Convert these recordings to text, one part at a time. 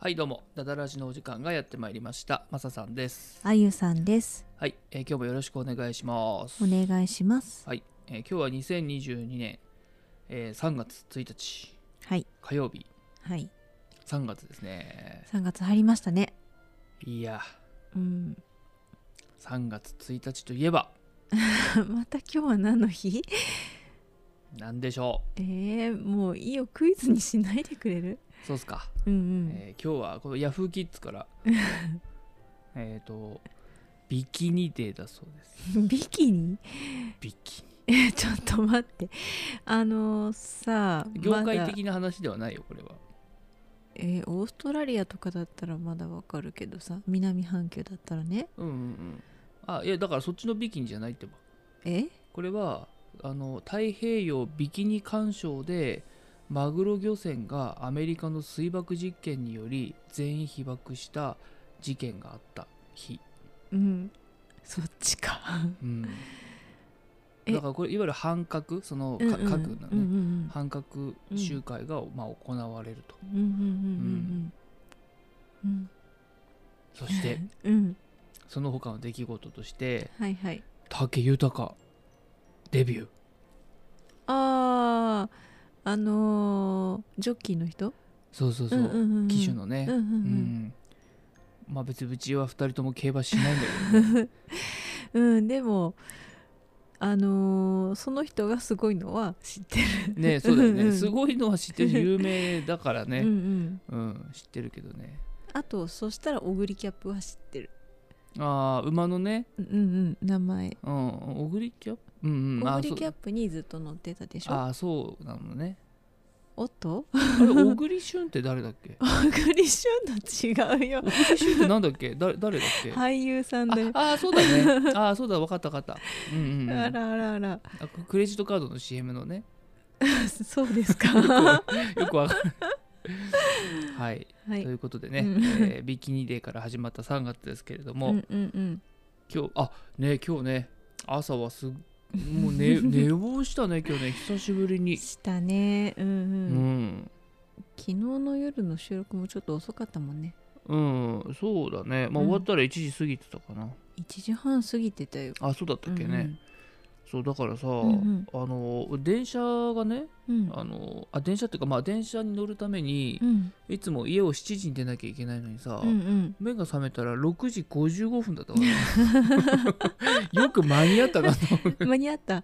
はいどうも、ダダラジのお時間がやってまいりました。マサさんです。 あゆさんです。 はい、今日もよろしくお願いします。 お願いします。 はい、今日は2022年、3月1日はい。 火曜日。 はい。 3月ですね。 3月入りましたね。 いや、 うん。 3月1日といえばまた今日は何の日？ 何でしょもういいよ、クイズにしないでくれる？ う。そうっすか。 うん今日はこのヤフーキッズからビキニデーだそうです。 うん。ビキニ？ ビキちょっと待って。さあ、 ニ。業界的な話ではないよ、これは。 オーストラリアとかだったらまだわかるけどさ、南半球だったらね。 いやだからそっちのビキニじゃないってば。これは太平洋ビキニ環礁でマグロ漁船がアメリカの水爆実験により全員被爆した事件があった日。 うん。そっちか。 だからこれいわゆる反核、その核のね、反核集会が行われると。そして、その他の出来事として、武豊デビュー。 ジョッキーの人？ そう、騎手のね。まあ別にうちは2人とも競馬しないんだけどね。でもその人がすごいのは知ってるね。そうだよね。すごいのは知ってるし有名だからね。知ってるけどね。 あとそしたらオグリキャップは知ってる。 馬のね。 名前。 オグリキャップ。 オグリキャップにずっと乗ってたでしょ。 そうなのね。 おっと小栗旬って誰だっけ？ 小栗旬と違うよ。 小栗旬ってなんだっけ？誰だっけ？ 俳優さんだよ。 そうだね。そうだ、分かった。 あらクレジットカードの CM のね。 そうですか。 よくわかる。はい、ということでね、ビキニデーから始まった3月ですけれども、今日ね、朝はもう寝坊したね。今日ね、久しぶりにしたね。昨日の夜の収録もちょっと遅かったもんね。 そうだね。終わったら1時過ぎてたかな。 1時半過ぎてたよ。 そうだったっけね。そうだからさ、電車がね、電車っていうか電車に乗るために、いつも家を7時に出なきゃいけないのにさ、目が覚めたら6時55分だったからよく間に合ったなと思う。 間に合ったよ。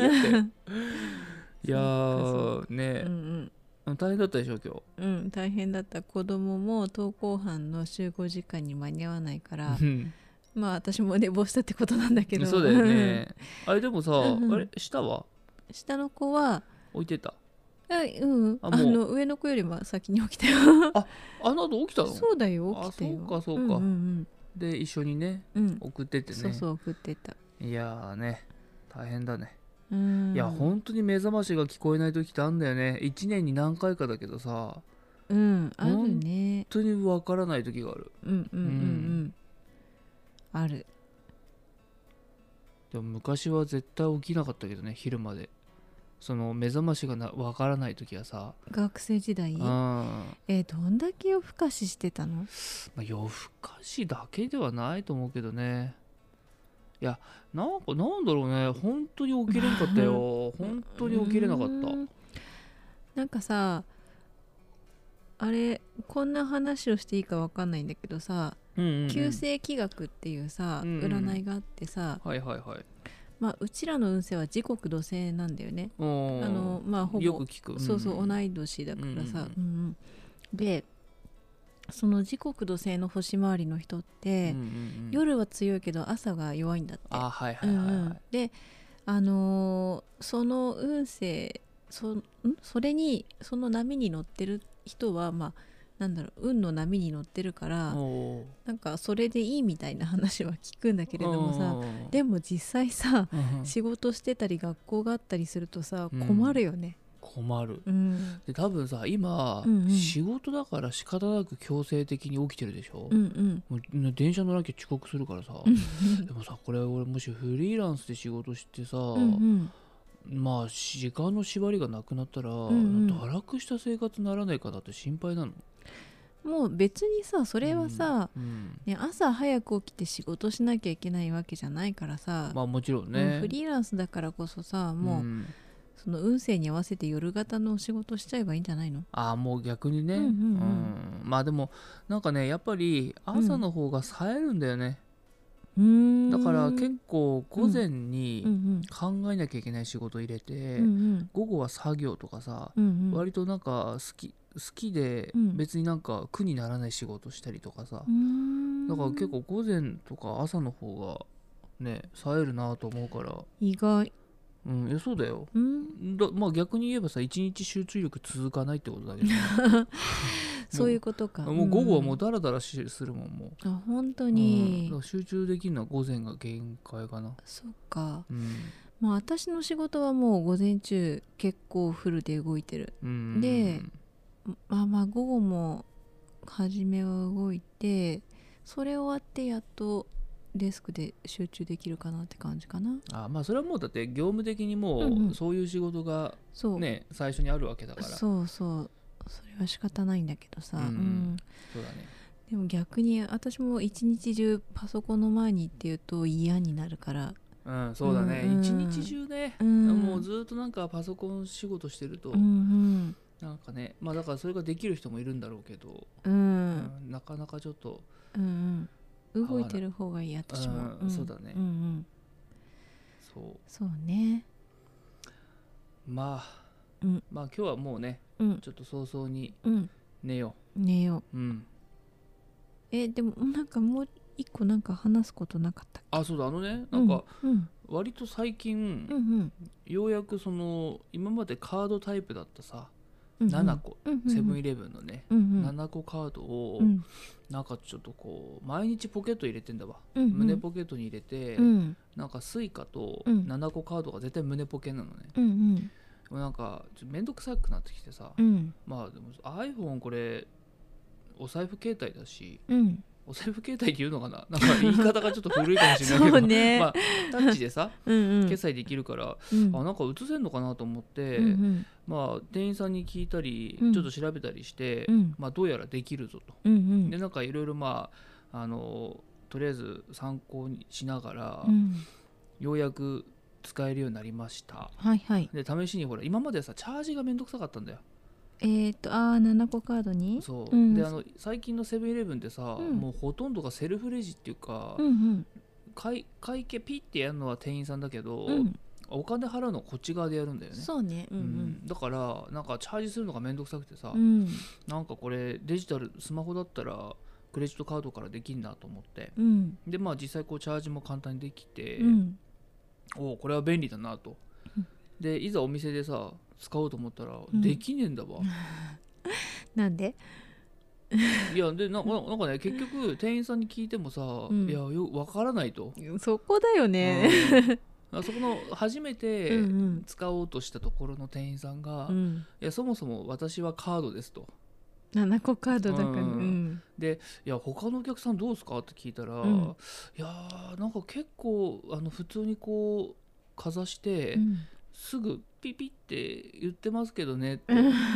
いやーね、大変だったでしょ今日。大変だった。子供も登校班の集合時間に間に合わないから私も寝坊したってことなんだけど。 そうだよね。でもさ、下の子は置いてた。 上の子よりも先に起きたよ。 あの後起きたの？ そうだよ、起きたよ。 そうか。で一緒にね、送ってってね。 そう送ってた。 いやーね、大変だね。いや本当に目覚ましが聞こえない時ってあんだよね。1年に何回かだけどさ、 あるね。 本当に分からない時がある。 ある。 でも昔は絶対起きなかったけどね、昼まで。その目覚ましが分からない時はさ。 学生時代？どんだけ夜更かししてたの？ 夜更かしだけではないと思うけどね。いやなんだろうね、本当に起きれんかったよ。本当に起きれなかった。 なんかさ、こんな話をしていいか分かんないんだけどさ、九星気学っていうさ、占いがあってさ、うちらの運勢は時刻土星なんだよね。ほぼよく聞く。 同い年だからさ。でその時刻土星の星回りの人って、夜は強いけど朝が弱いんだって。でその運勢その波に乗ってる人は運の波に乗ってるから、なんかそれでいいみたいな話は聞くんだけれどもさ、でも実際さ、仕事してたり学校があったりするとさ、困るよね。 困る。で多分さ今、仕事だから仕方なく強制的に起きてるでしょ。もう電車乗らなきゃ遅刻するからさでもさ、これ俺もしフリーランスで仕事してさ、時間の縛りがなくなったら、堕落した生活にならないかなって心配なの。 もう別にさそれはさ、ね、朝早く起きて仕事しなきゃいけないわけじゃないからさ、 まあもちろんね、 フリーランスだからこそさもう、その運勢に合わせて夜型のお仕事しちゃえばいいんじゃないの？ ああもう逆にね、まあでもなんかねやっぱり朝の方が冴えるんだよね、だから結構午前に考えなきゃいけない仕事入れて、午後は作業とかさ、割となんか好きで別になんか苦にならない仕事したりとかさ、だから結構午前とか朝の方がね冴えるなと思うから。 意外。 いやそうだよ。まあ逆に言えばさ一日集中力続かないってことだけど、ね、 そういうことか。 もう午後はもうダラダラするもんもう。 あ本当に、 だから集中できるのは午前が限界かな。 そっか、まあ私の仕事はもう午前中結構フルで動いてる、でまあ午後も初めは動いて、それ終わってやっとデスクで集中できるかなって感じかな。 まあそれはもうだって業務的にもうそういう仕事がね、最初にあるわけだから。 そうそれは仕方ないんだけどさ、 そうだね。 でも逆に私も一日中パソコンの前にっていうと嫌になるから。 そうだね、一日中ね、もうずっとなんかパソコン仕事してると、なんかね、まあだからそれができる人もいるんだろうけど、なかなかちょっと動いてる方がいい私も、 そうだね、 そうね。 まあ今日はもうね、ちょっと早々に寝よう。 でもなんかもう一個なんか話すことなかったっけ？ そうだなんか割と最近ようやくその今までカードタイプだったさ7個セブンイレブンのね7個カードをなんかちょっとこう毎日ポケット入れてんだわ。胸ポケットに入れてなんかスイカと7個カードが絶対胸ポケなのね。なんかちょっとめんどくさくなってきてさ、まあでも iPhone これお財布携帯だし、お財布携帯っていうのかな、なんか言い方がちょっと古いかもしれないけどまあタッチでさ決済できるから、なんか映せんのかなと思って、まあ店員さんに聞いたりちょっと調べたりして、まあどうやらできるぞと、でなんかいろいろまあとりあえず参考にしながら、ようやく使えるようになりました。で試しにほら今までさチャージがめんどくさかったんだよ。 7個カードにそう、で最近のセブンイレブンってさ、もうほとんどがセルフレジっていうか、会計ピッてやるのは店員さんだけど、お金払うのはこっち側でやるんだよね。 そうね、 だからなんかチャージするのがめんどくさくてさ、なんかこれデジタルスマホだったらクレジットカードからできんなと思って、でまあ実際こうチャージも簡単にできて、これは便利だなと。でいざお店でさ使おうと思ったらできねえんだわ。 なんで？ いやでなんかね結局店員さんに聞いてもさ、いや分からないと。 そこだよね。 そこの初めて使おうとしたところの店員さんが、いやそもそも私はカードですと。 7個カードだから、 でいや他のお客さんどうですかって聞いたら、いやなんか結構普通にこうかざして、すぐピピって言ってますけどねって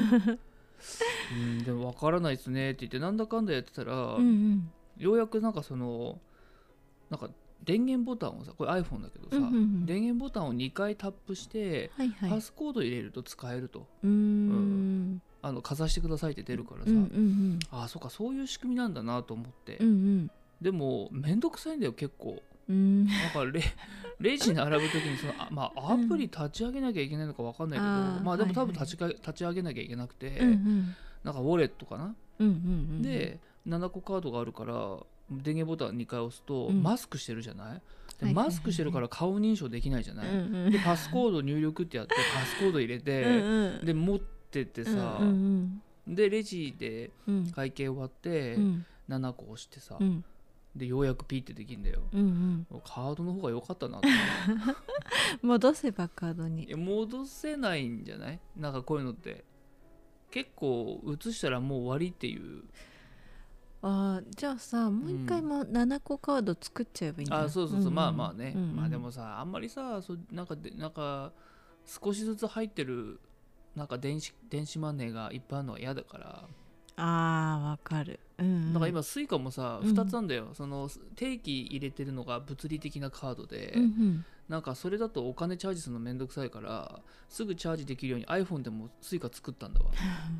でも分からないですねって言ってなんだかんだやってたら、ようやくなんかそのなんか電源ボタンをさこれ iPhone だけどさ、電源ボタンを2回タップして、パスコード入れると使えると、かざしてくださいって出るからさ、そうかそういう仕組みなんだなと思って、でもめんどくさいんだよ結構。なんかレジ並ぶときにアプリ立ち上げなきゃいけないのか分かんないけど、でも多分立ち上げなきゃいけなくて、なんかウォレットかな、で7個カードがあるから電源ボタン2回押すと、マスクしてるじゃない。でマスクしてるから顔認証できないじゃない、でパスコード入力ってやってパスコード入れて、で持ってってさ、でレジで会計終わって、7個押してさ、でようやくピッてできるんだよ、カードの方が良かったなって戻せばカードに戻せないんじゃない。なんかこういうのって結構移したらもう終わりっていう。 じゃあさもう一回も7個カード作っちゃえばいいんだよ。 そうまあね、まあでもさあんまりさなんか少しずつ入ってるなんか電子マネーがいっぱいあるのが嫌だから。 あーわかる、うんうん、 だから今スイカもさ2つなんだよ、その定期入れてるのが物理的なカードで、うんうん、なんかそれだとお金チャージするのめんどくさいからすぐチャージできるように iPhone でもスイカ作ったんだわ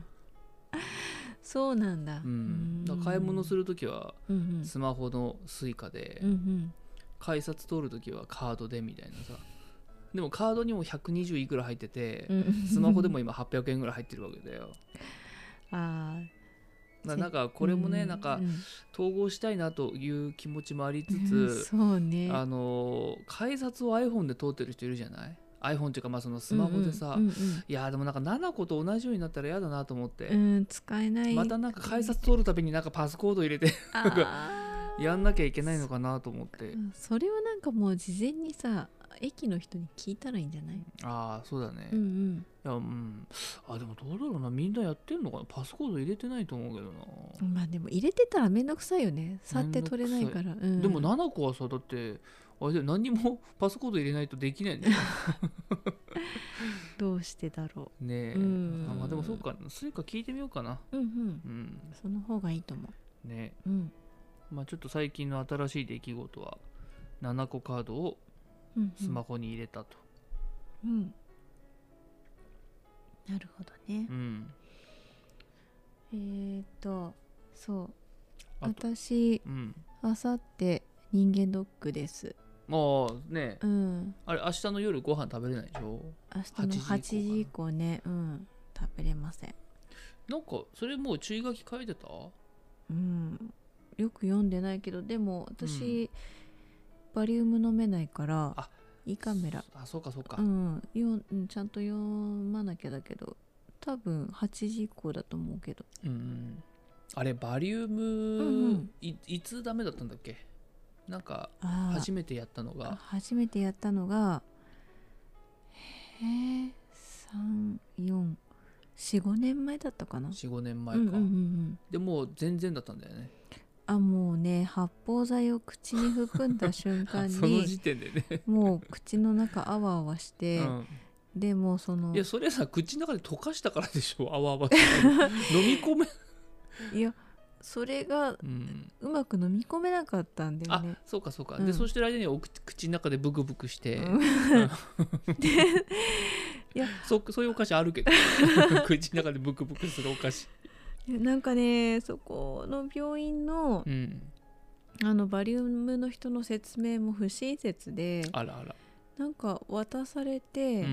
そうなんだ、 うん、だから買い物するときはスマホのスイカで、うんうん、改札通るときはカードでみたいなさ。でもカードにも120いくら入ってて、スマホでも今800円ぐらい入ってるわけだよ。 あなんかこれもね、なんか統合したいなという気持ちもありつつ、 そうね、 改札を iPhone で通ってる人いるじゃない。 iPhone っていうかまあそのスマホでさ、いやでもなんか7個と同じようになったら嫌だなと思って、 使えない、 またなんか改札通るたびになんかパスコード入れてやんなきゃいけないのかなと思って、 それはなんかもう事前にさ駅の人に聞いたらいいんじゃない？ ああそうだね、 うんうん、 いやあでもどうだろうな、みんなやってんのかな。パスコード入れてないと思うけどな。 まあでも入れてたらめんどくさいよね、去って取れないから、 でも7個はさだってあれで何もパスコード入れないとできないんだよどうしてだろうねえ、まあでもそうか、スイカ聞いてみようかな。 その方がいいと思うね、まあちょっと最近の新しい出来事は7個カードをスマホに入れたと、 なるほどね、そう私あさって人間ドックです。 ああね、あれ明日の夜ご飯食べれないでしょ。 明日の8時以降ね、食べれません。 なんかそれもう注意書き書いてた？ よく読んでないけど、でも私、バリウム飲めないから胃カメラ、 そうかそうか、 ちゃんと読まなきゃだけど、多分8時以降だと思うけど、 あれバリウム、いつダメだったんだっけ。なんか初めてやったのが 3、4、4、5年前だったかな。 4、5年前か、でもう全然だったんだよね。 もうね、発泡剤を口に含んだ瞬間にその時点でねもう口の中あわあわして、でもいやそれさ口の中で溶かしたからでしょ、あわあわ飲み込めいやそれがうまく飲み込めなかったんだよね。 そうかそうか、でそしてる間に口の中でブクブクして、いやそういうお菓子あるけど口の中でブクブクするお菓子なんかね、そこの病院の、バリウムの人の説明も不親切で、なんか渡されて、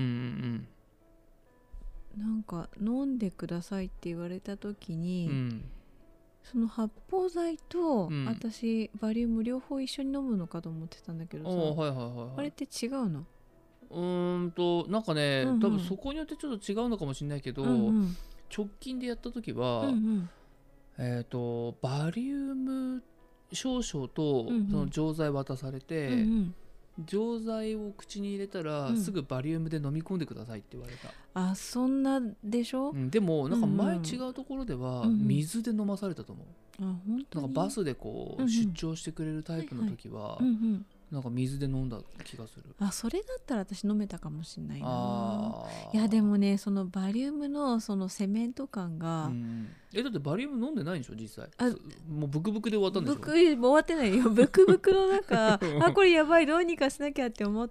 なんか飲んでくださいって言われた時に、その発泡剤と、私バリウム両方一緒に飲むのかと思ってたんだけどさ、あれって違うの？ なんかね、多分そこによってちょっと違うのかもしれないけど、直近でやった時は、バリウム少々とその錠剤渡されて、錠剤を口に入れたら、すぐバリウムで飲み込んでくださいって言われた。 そんなでしょ、 でもなんか前違うところでは水で飲まされたと思う。 本当になんかバスでこう出張してくれるタイプの時はなんか水で飲んだ気がする。 それだったら私飲めたかもしれないな。いやでもね、そのバリウムのそのセメント感が、 だってバリウム飲んでないんでしょ実際。もうブクブクで終わったんでしょ。 終わってないよブクブクの中これやばい、どうにかしなきゃって思って、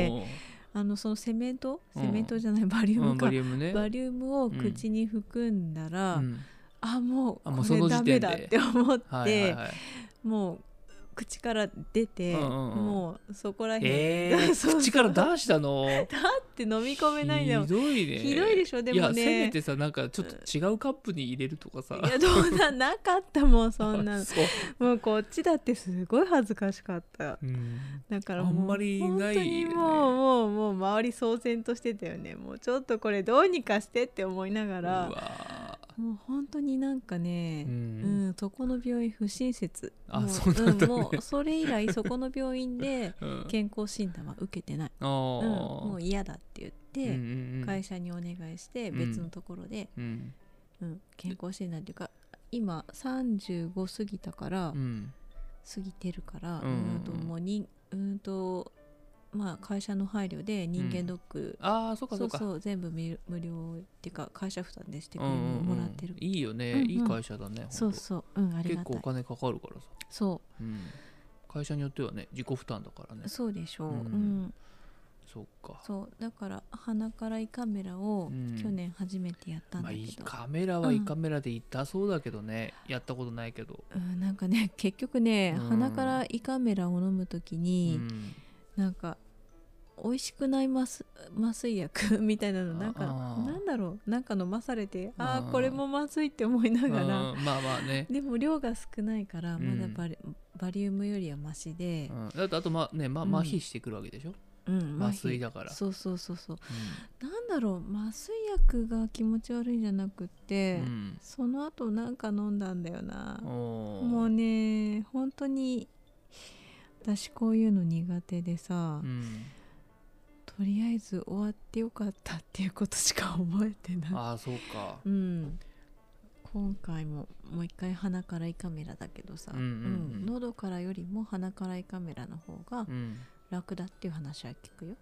そのセメントじゃない、バリウムか、バリウムを口に含んだら、もうこれダメだって思って、もう口から出て、もうそこら辺、 口から出したのだって飲み込めないんだよ。 ひどいね。 ひどいでしょ。でもね、 いやせめてさ、なんかちょっと違うカップに入れるとかさ。 いやどうなかったもんそんなもうこっちだってすごい恥ずかしかった。だからもうあんまりない、ね、もう周り騒然としてたよね。もうちょっとこれどうにかしてって思いながら、もう本当になんかね、そこの病院不親切。 そうなんだね。 もうそれ以来そこの病院で健康診断は受けてない。もう嫌だって言って、会社にお願いして別のところで、健康診断っていうか、今35過ぎたから、過ぎてるから、もうまあ、会社の配慮で人間ドック、そう全部無料っていうか会社負担でしてくれるのもらってる、 いいよね、いい会社だね。 そうそう、ありがたい。 結構お金かかるからさ。 そう、 会社によってはね自己負担だからね。 そうでしょう。 そっか。 そうだから鼻から胃カメラを去年初めてやったんだけど、 胃カメラは胃カメラで痛そうだけどね、やったことないけど、 なんかね結局ね、鼻から胃カメラを飲むときに、なんか美味しくない麻酔薬みたいなのなんだろう、なんか飲まされて、これもまずいって思いながら、 まあまあね、 でも量が少ないからまだバリウムよりはマシで、 だってあと麻痺してくるわけでしょ。麻酔だから。 そう、なんだろう、麻酔薬が気持ち悪いんじゃなくって、その後なんか飲んだんだよな。もうね本当に私こういうの苦手でさ、とりあえず終わってよかったっていうことしか覚えてない。 そうか。 今回もう一回鼻から胃カメラだけどさ、喉からよりも鼻から胃カメラの方が楽だっていう話は聞くよ。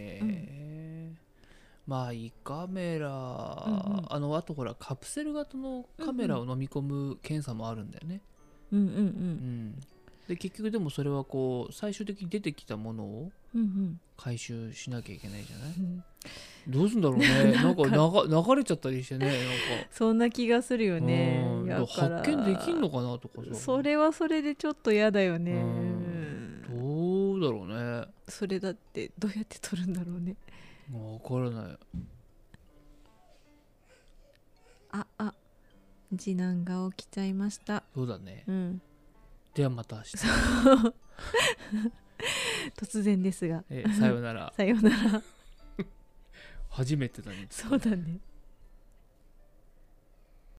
まあ胃カメラ、あとほらカプセル型のカメラを飲み込む検査もあるんだよね。で結局でもそれはこう最終的に出てきたものを回収しなきゃいけないじゃない、どうすんだろうね。なんか流れちゃったりしてね、なんかそんな気がするよね。 発見できんのかなとかさ、 それはそれでちょっと嫌だよね。 どうだろうね。 それだってどうやって撮るんだろうね。 分からない。 次男が起きちゃいました。 そうだね。ではまた明日。 突然ですが、 さようなら。 さようなら。 初めてだね。 そうだね。